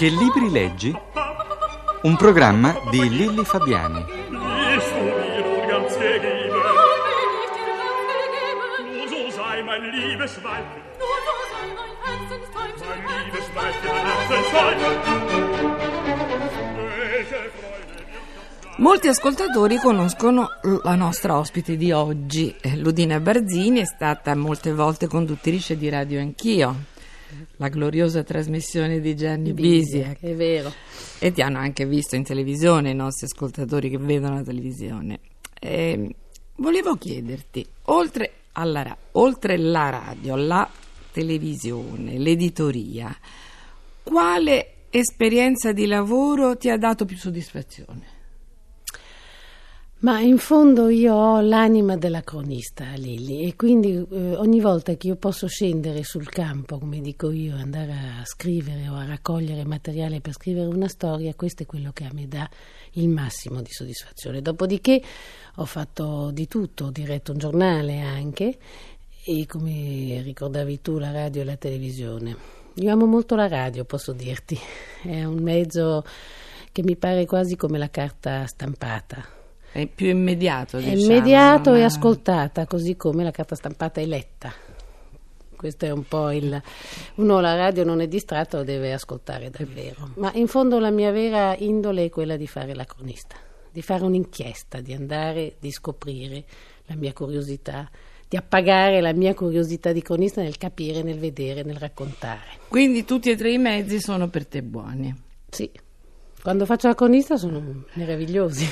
Che libri leggi? Un programma di Lilli Fabiani. Molti ascoltatori conoscono la nostra ospite di oggi. Ludina Barzini è stata molte volte conduttrice di Radio Anch'io, la gloriosa trasmissione di Gianni Bisiek. È vero. E ti hanno anche visto in televisione i nostri ascoltatori che vedono la televisione. Volevo chiederti, oltre la radio, la televisione, l'editoria, quale esperienza di lavoro ti ha dato più soddisfazione? Ma in fondo io ho l'anima della cronista, Lilli, e quindi ogni volta che io posso scendere sul campo, come dico io, andare a scrivere o a raccogliere materiale per scrivere una storia, questo è quello che a me dà il massimo di soddisfazione. Dopodiché ho fatto di tutto, ho diretto un giornale anche, e come ricordavi tu, la radio e la televisione. Io amo molto la radio, posso dirti, è un mezzo che mi pare quasi come la carta stampata. È più immediato, diciamo. È immediato e ascoltata, così come la carta stampata è letta. Questo è un po' uno la radio non è distratto, lo deve ascoltare davvero. Ma in fondo la mia vera indole è quella di fare la cronista, di fare un'inchiesta, di andare, di scoprire la mia curiosità, di appagare la mia curiosità di cronista nel capire, nel vedere, nel raccontare. Quindi tutti e tre i mezzi sono per te buoni? Sì, quando faccio la cronista sono meravigliosi.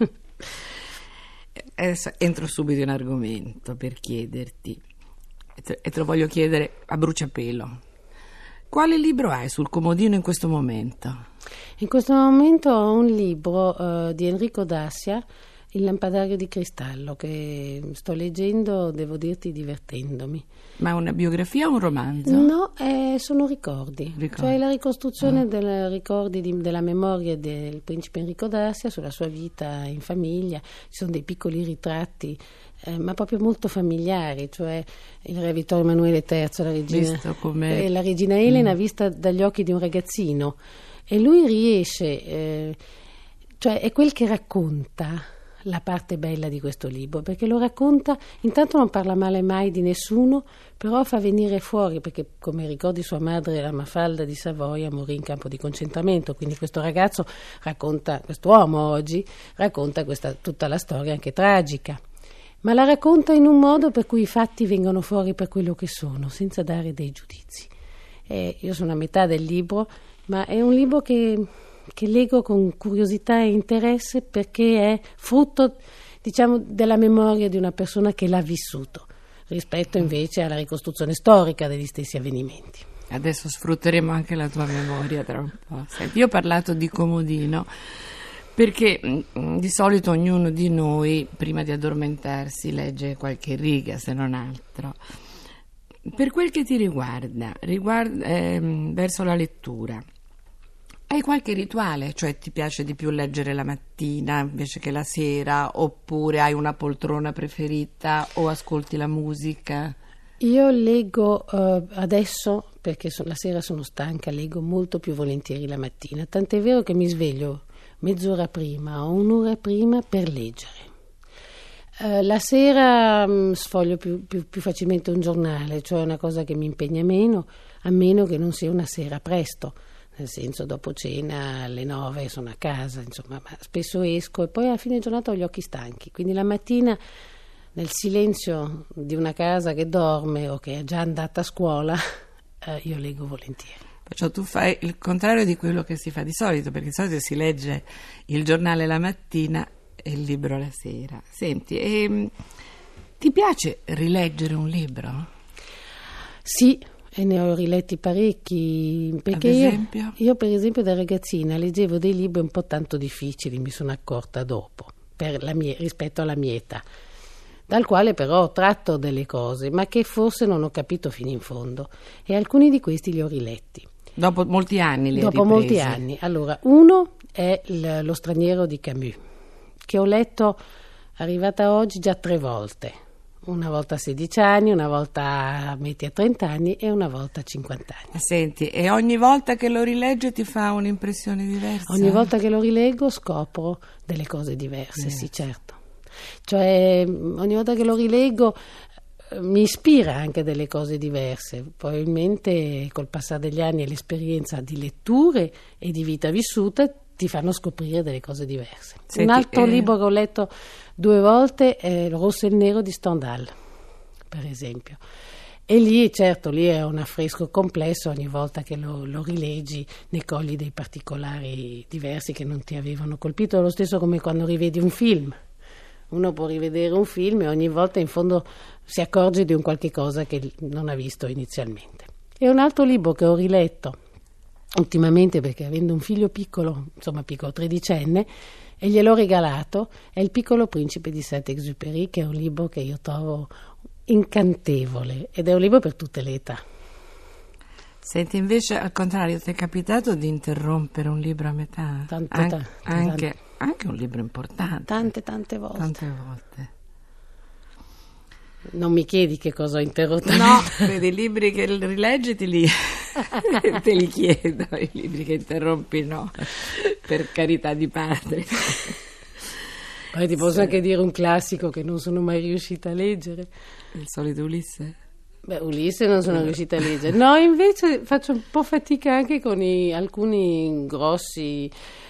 Entro subito in argomento per chiederti, e te lo voglio chiedere a bruciapelo: quale libro hai sul comodino in questo momento? In questo momento ho un libro di Enrico Dassia, Il lampadario di cristallo, che sto leggendo, devo dirti, divertendomi. Ma è una biografia o un romanzo? No, sono ricordi. Cioè la ricostruzione dei ricordi della memoria del principe Enrico Dassia sulla sua vita in famiglia. Ci sono dei piccoli ritratti, ma proprio molto familiari, cioè il re Vittorio Emanuele III, la regina Elena vista dagli occhi di un ragazzino, e lui riesce, cioè è quel che racconta la parte bella di questo libro, perché lo racconta, intanto non parla male mai di nessuno, però fa venire fuori, perché come ricordi sua madre, la Mafalda di Savoia, morì in campo di concentramento, quindi questo ragazzo racconta, quest'uomo oggi racconta tutta la storia anche tragica, ma la racconta in un modo per cui i fatti vengono fuori per quello che sono, senza dare dei giudizi. Io sono a metà del libro, ma è un libro che leggo con curiosità e interesse, perché è frutto, diciamo, della memoria di una persona che l'ha vissuto, rispetto invece alla ricostruzione storica degli stessi avvenimenti. Adesso sfrutteremo anche la tua memoria tra un po'. Senti, io ho parlato di comodino perché di solito ognuno di noi prima di addormentarsi legge qualche riga, se non altro. Per quel che ti riguarda verso la lettura, hai qualche rituale? Cioè ti piace di più leggere la mattina invece che la sera, oppure hai una poltrona preferita o ascolti la musica? Io leggo adesso, perché la sera sono stanca, leggo molto più volentieri la mattina, tant'è vero che mi sveglio mezz'ora prima o un'ora prima per leggere. La sera sfoglio più facilmente un giornale, cioè una cosa che mi impegna meno, a meno che non sia una sera presto. Nel senso, dopo cena alle 9 sono a casa, insomma, ma spesso esco e poi alla fine giornata ho gli occhi stanchi, quindi la mattina nel silenzio di una casa che dorme o che è già andata a scuola io leggo volentieri. Perciò tu fai il contrario di quello che si fa di solito, perché di solito si legge il giornale la mattina e il libro la sera. Senti, ti piace rileggere un libro? Sì, e ne ho riletti parecchi, perché ad esempio? Io per esempio da ragazzina leggevo dei libri un po' tanto difficili, mi sono accorta dopo, rispetto alla mia età, dal quale però ho tratto delle cose, ma che forse non ho capito fino in fondo, e alcuni di questi li ho riletti. Dopo molti anni Dopo molti anni. Allora, uno è Lo straniero di Camus, che ho letto, arrivata oggi, già 3 volte. una volta a 16 anni, una volta a metti a 30 anni e una volta a 50 anni. Senti, e ogni volta che lo rilegge ti fa un'impressione diversa? Ogni volta che lo rileggo scopro delle cose diverse, sì, certo. Cioè, ogni volta che lo rileggo mi ispira anche delle cose diverse. Probabilmente col passare degli anni e l'esperienza di letture e di vita vissuta ti fanno scoprire delle cose diverse. Senti, un altro libro che ho letto 2 volte è Il rosso e il nero di Stendhal, per esempio. E lì, certo, lì è un affresco complesso, ogni volta che lo rileggi ne cogli dei particolari diversi che non ti avevano colpito. È lo stesso come quando rivedi un film. Uno può rivedere un film e ogni volta in fondo si accorge di un qualche cosa che non ha visto inizialmente. E un altro libro che ho riletto ultimamente, perché avendo un figlio piccolo, insomma piccolo, 13enne, e gliel'ho regalato, è Il piccolo principe di Saint-Exupéry, che è un libro che io trovo incantevole ed è un libro per tutte le età. Senti, invece al contrario, ti è capitato di interrompere un libro a metà? Anche un libro importante. Tante volte. Non mi chiedi che cosa ho interrotto. No, per i libri che rileggi te li chiedo, i libri che interrompi no, per carità di padre. Poi ti posso anche dire un classico che non sono mai riuscita a leggere. Il solito Ulisse? Beh, Ulisse non sono riuscita a leggere. No, invece faccio un po' fatica anche con alcuni grossi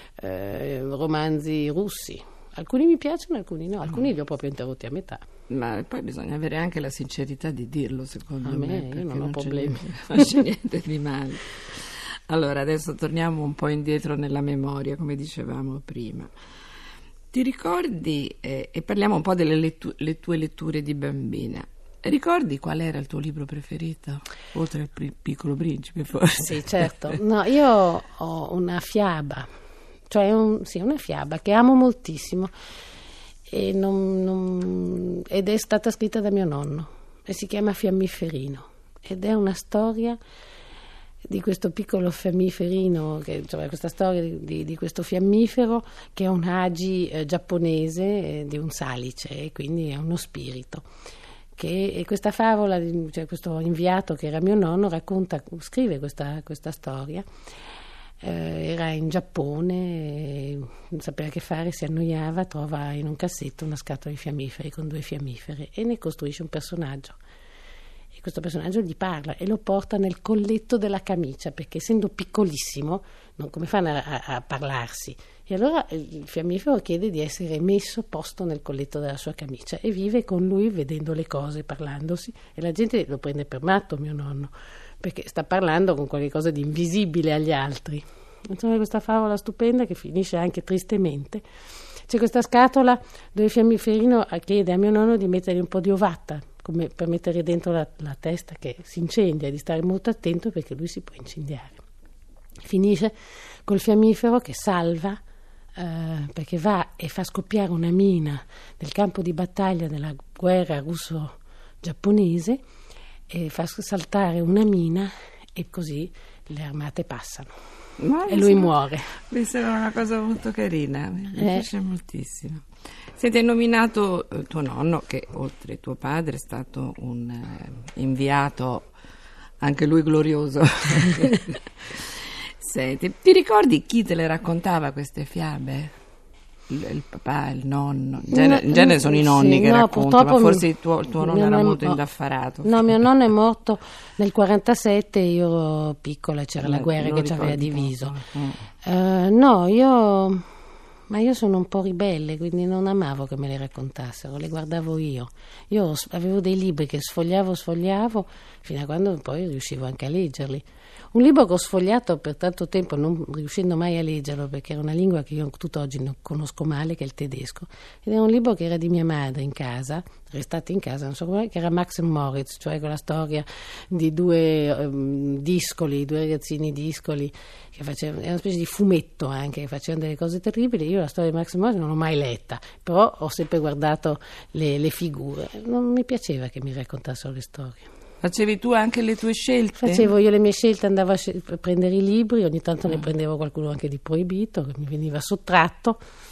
romanzi russi. Alcuni mi piacciono, alcuni no, alcuni li ho proprio interrotti a metà. Ma poi bisogna avere anche la sincerità di dirlo, secondo me. Io non ho problemi. Non c'è niente di male. Allora, adesso torniamo un po' indietro nella memoria, come dicevamo prima. Ti ricordi, e parliamo un po' delle le tue letture di bambina, ricordi qual era il tuo libro preferito? Oltre al Piccolo Principe, forse? Sì, certo. No, io ho una fiaba, cioè una fiaba che amo moltissimo ed è stata scritta da mio nonno e si chiama Fiammiferino ed è una storia di questo piccolo fiammiferino, cioè questa storia di questo fiammifero che è un Hagi giapponese di un salice e quindi è uno spirito. E questa favola, cioè questo inviato che era mio nonno, scrive questa storia. Era in Giappone, non sapeva che fare, si annoiava, trova in un cassetto una scatola di fiammiferi con 2 fiammifere e ne costruisce un personaggio. E questo personaggio gli parla e lo porta nel colletto della camicia, perché essendo piccolissimo, come fanno a parlarsi? E allora il fiammifero chiede di essere posto nel colletto della sua camicia e vive con lui vedendo le cose, parlandosi, e la gente lo prende per matto, mio nonno, perché sta parlando con qualcosa di invisibile agli altri. Insomma, questa favola stupenda che finisce anche tristemente. C'è questa scatola dove il fiammiferino chiede a mio nonno di mettergli un po' di ovatta, come per mettere dentro la testa che si incendia, e di stare molto attento perché lui si può incendiare. Finisce col fiammifero che salva perché va e fa scoppiare una mina nel campo di battaglia della guerra russo-giapponese e fa saltare una mina e così le armate passano e lui muore. Mi sembra una cosa molto carina, mi piace moltissimo. Siete nominato tuo nonno, che oltre tuo padre è stato un inviato anche lui glorioso. Senti, ti ricordi chi te le raccontava queste fiabe? Il papà, il nonno? In genere sono i nonni che raccontano, ma forse il tuo nonno era molto indaffarato. No, mio nonno è morto nel 47, io ero piccola, c'era la guerra che ci aveva diviso. Ma io sono un po' ribelle, quindi non amavo che me le raccontassero, le guardavo io. Io avevo dei libri che sfogliavo fino a quando poi riuscivo anche a leggerli. Un libro che ho sfogliato per tanto tempo, non riuscendo mai a leggerlo perché era una lingua che io tutt'oggi non conosco male, che è il tedesco, ed era un libro che era di mia madre in casa, restata in casa, non so come, che era Max e Moritz, cioè quella storia di 2 discoli, 2 ragazzini discoli che facevano, era una specie di fumetto anche, che facevano delle cose terribili. Io la storia di Max e Moritz non l'ho mai letta, però ho sempre guardato le figure, non mi piaceva che mi raccontassero le storie. Facevi tu anche le tue scelte? Facevo io le mie scelte, andavo a prendere i libri, ogni tanto ne prendevo qualcuno anche di proibito, che mi veniva sottratto,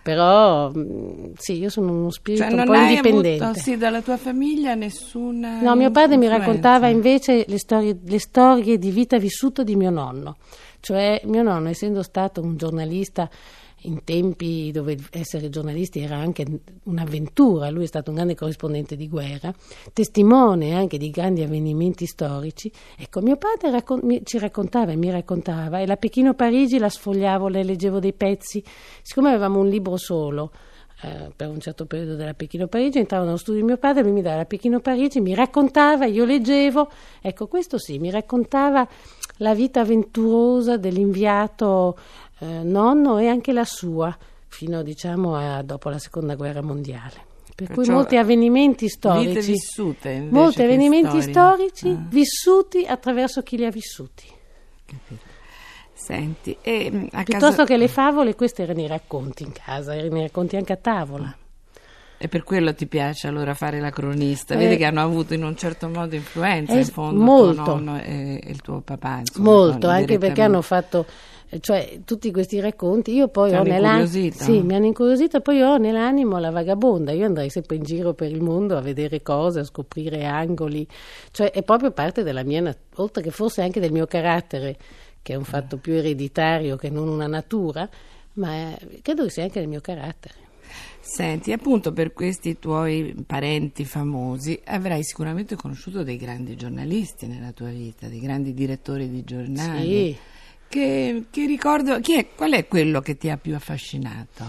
però sì, io sono uno spirito un po' indipendente. Non hai avuto, dalla tua famiglia nessuna No, mio padre influenza. mi raccontava invece le storie di vita vissuta di mio nonno. Cioè mio nonno, essendo stato un giornalista in tempi dove essere giornalisti era anche un'avventura, lui è stato un grande corrispondente di guerra, testimone anche di grandi avvenimenti storici. Ecco, mio padre ci raccontava e mi raccontava, e la Pechino-Parigi la sfogliavo, le leggevo dei pezzi, siccome avevamo un libro solo per un certo periodo della Pechino-Parigi, entravo nello studio di mio padre, lui mi dava la Pechino-Parigi, mi raccontava, io leggevo, ecco, questo sì, mi raccontava la vita avventurosa dell'inviato nonno e anche la sua, fino diciamo a dopo la seconda guerra mondiale. Per cui molti avvenimenti storici, vite vissute molti avvenimenti storici vissuti attraverso chi li ha vissuti. Capito. Senti, e piuttosto che le favole, questi erano i racconti in casa, erano i racconti anche a tavola. E per quello ti piace allora fare la cronista? Vedi che hanno avuto in un certo modo influenza in fondo molto. Tuo nonno e il tuo papà. Insomma, molto, anche perché hanno fatto, cioè, tutti questi racconti. Io poi ho nell'animo, sì, mi hanno incuriosita, poi ho nell'animo la vagabonda. Io andrei sempre in giro per il mondo a vedere cose, a scoprire angoli, cioè è proprio parte della mia, oltre che forse anche del mio carattere, che è un fatto più ereditario che non una natura, ma credo che sia anche del mio carattere. Senti, appunto per questi tuoi parenti famosi avrai sicuramente conosciuto dei grandi giornalisti nella tua vita, dei grandi direttori di giornali. Sì. Che ricordo, qual è quello che ti ha più affascinato?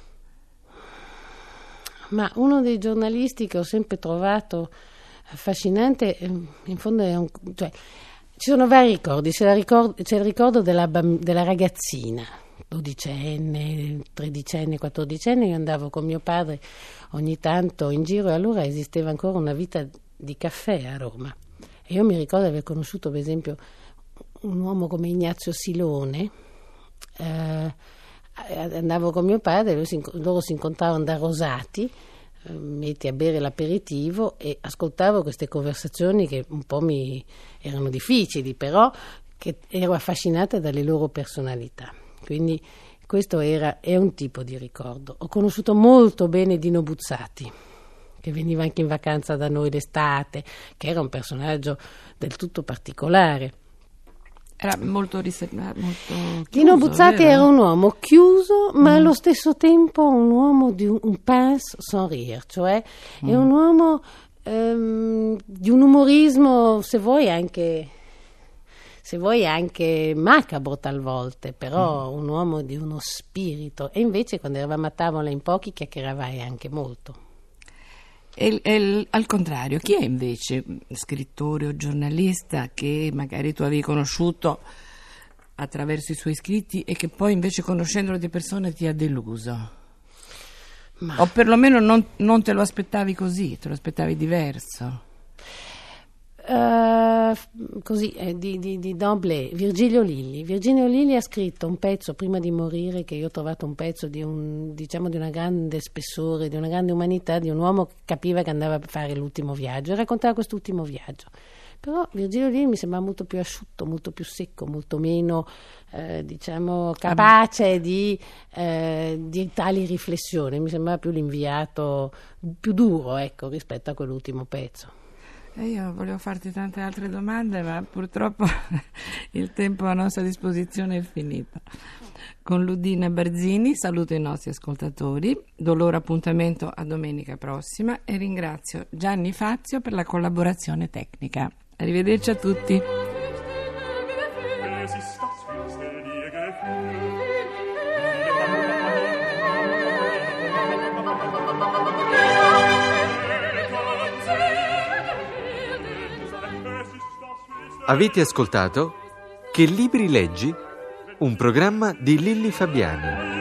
Ma uno dei giornalisti che ho sempre trovato affascinante, in fondo cioè, ci sono vari ricordi. C'è il ricordo della ragazzina, 12enne, 13enne, 14enne. Io andavo con mio padre ogni tanto in giro, e allora esisteva ancora una vita di caffè a Roma, e io mi ricordo di aver conosciuto per esempio un uomo come Ignazio Silone. Andavo con mio padre, loro si incontravano da Rosati, metti a bere l'aperitivo, e ascoltavo queste conversazioni che un po' mi erano difficili, però che ero affascinata dalle loro personalità. Quindi questo è un tipo di ricordo. Ho conosciuto molto bene Dino Buzzati, che veniva anche in vacanza da noi l'estate, che era un personaggio del tutto particolare. Era molto riservato. Dino Buzzati era un uomo chiuso, ma allo stesso tempo un uomo di un pince sans rire, cioè è un uomo di un umorismo, se vuoi anche macabro talvolta, però un uomo di uno spirito. E invece quando eravamo a tavola in pochi chiacchieravai anche molto. E al contrario, chi è invece scrittore o giornalista che magari tu avevi conosciuto attraverso i suoi scritti e che poi invece conoscendolo di persona ti ha deluso? O perlomeno non te lo aspettavi così, te lo aspettavi diverso? Di D'Emblée, Virgilio Lilli ha scritto un pezzo prima di morire, che io ho trovato un pezzo di una grande spessore, di una grande umanità, di un uomo che capiva che andava a fare l'ultimo viaggio, e raccontava quest'ultimo viaggio. Però Virgilio Lilli mi sembrava molto più asciutto, molto più secco, molto meno capace di tali riflessioni. Mi sembrava più l'inviato più duro, ecco, rispetto a quell'ultimo pezzo. Io volevo farti tante altre domande, ma purtroppo il tempo a nostra disposizione è finito. Con Ludina Barzini saluto i nostri ascoltatori, do loro appuntamento a domenica prossima e ringrazio Gianni Fazio per la collaborazione tecnica. Arrivederci a tutti. Avete ascoltato Che libri leggi? Un programma di Lilli Fabiani.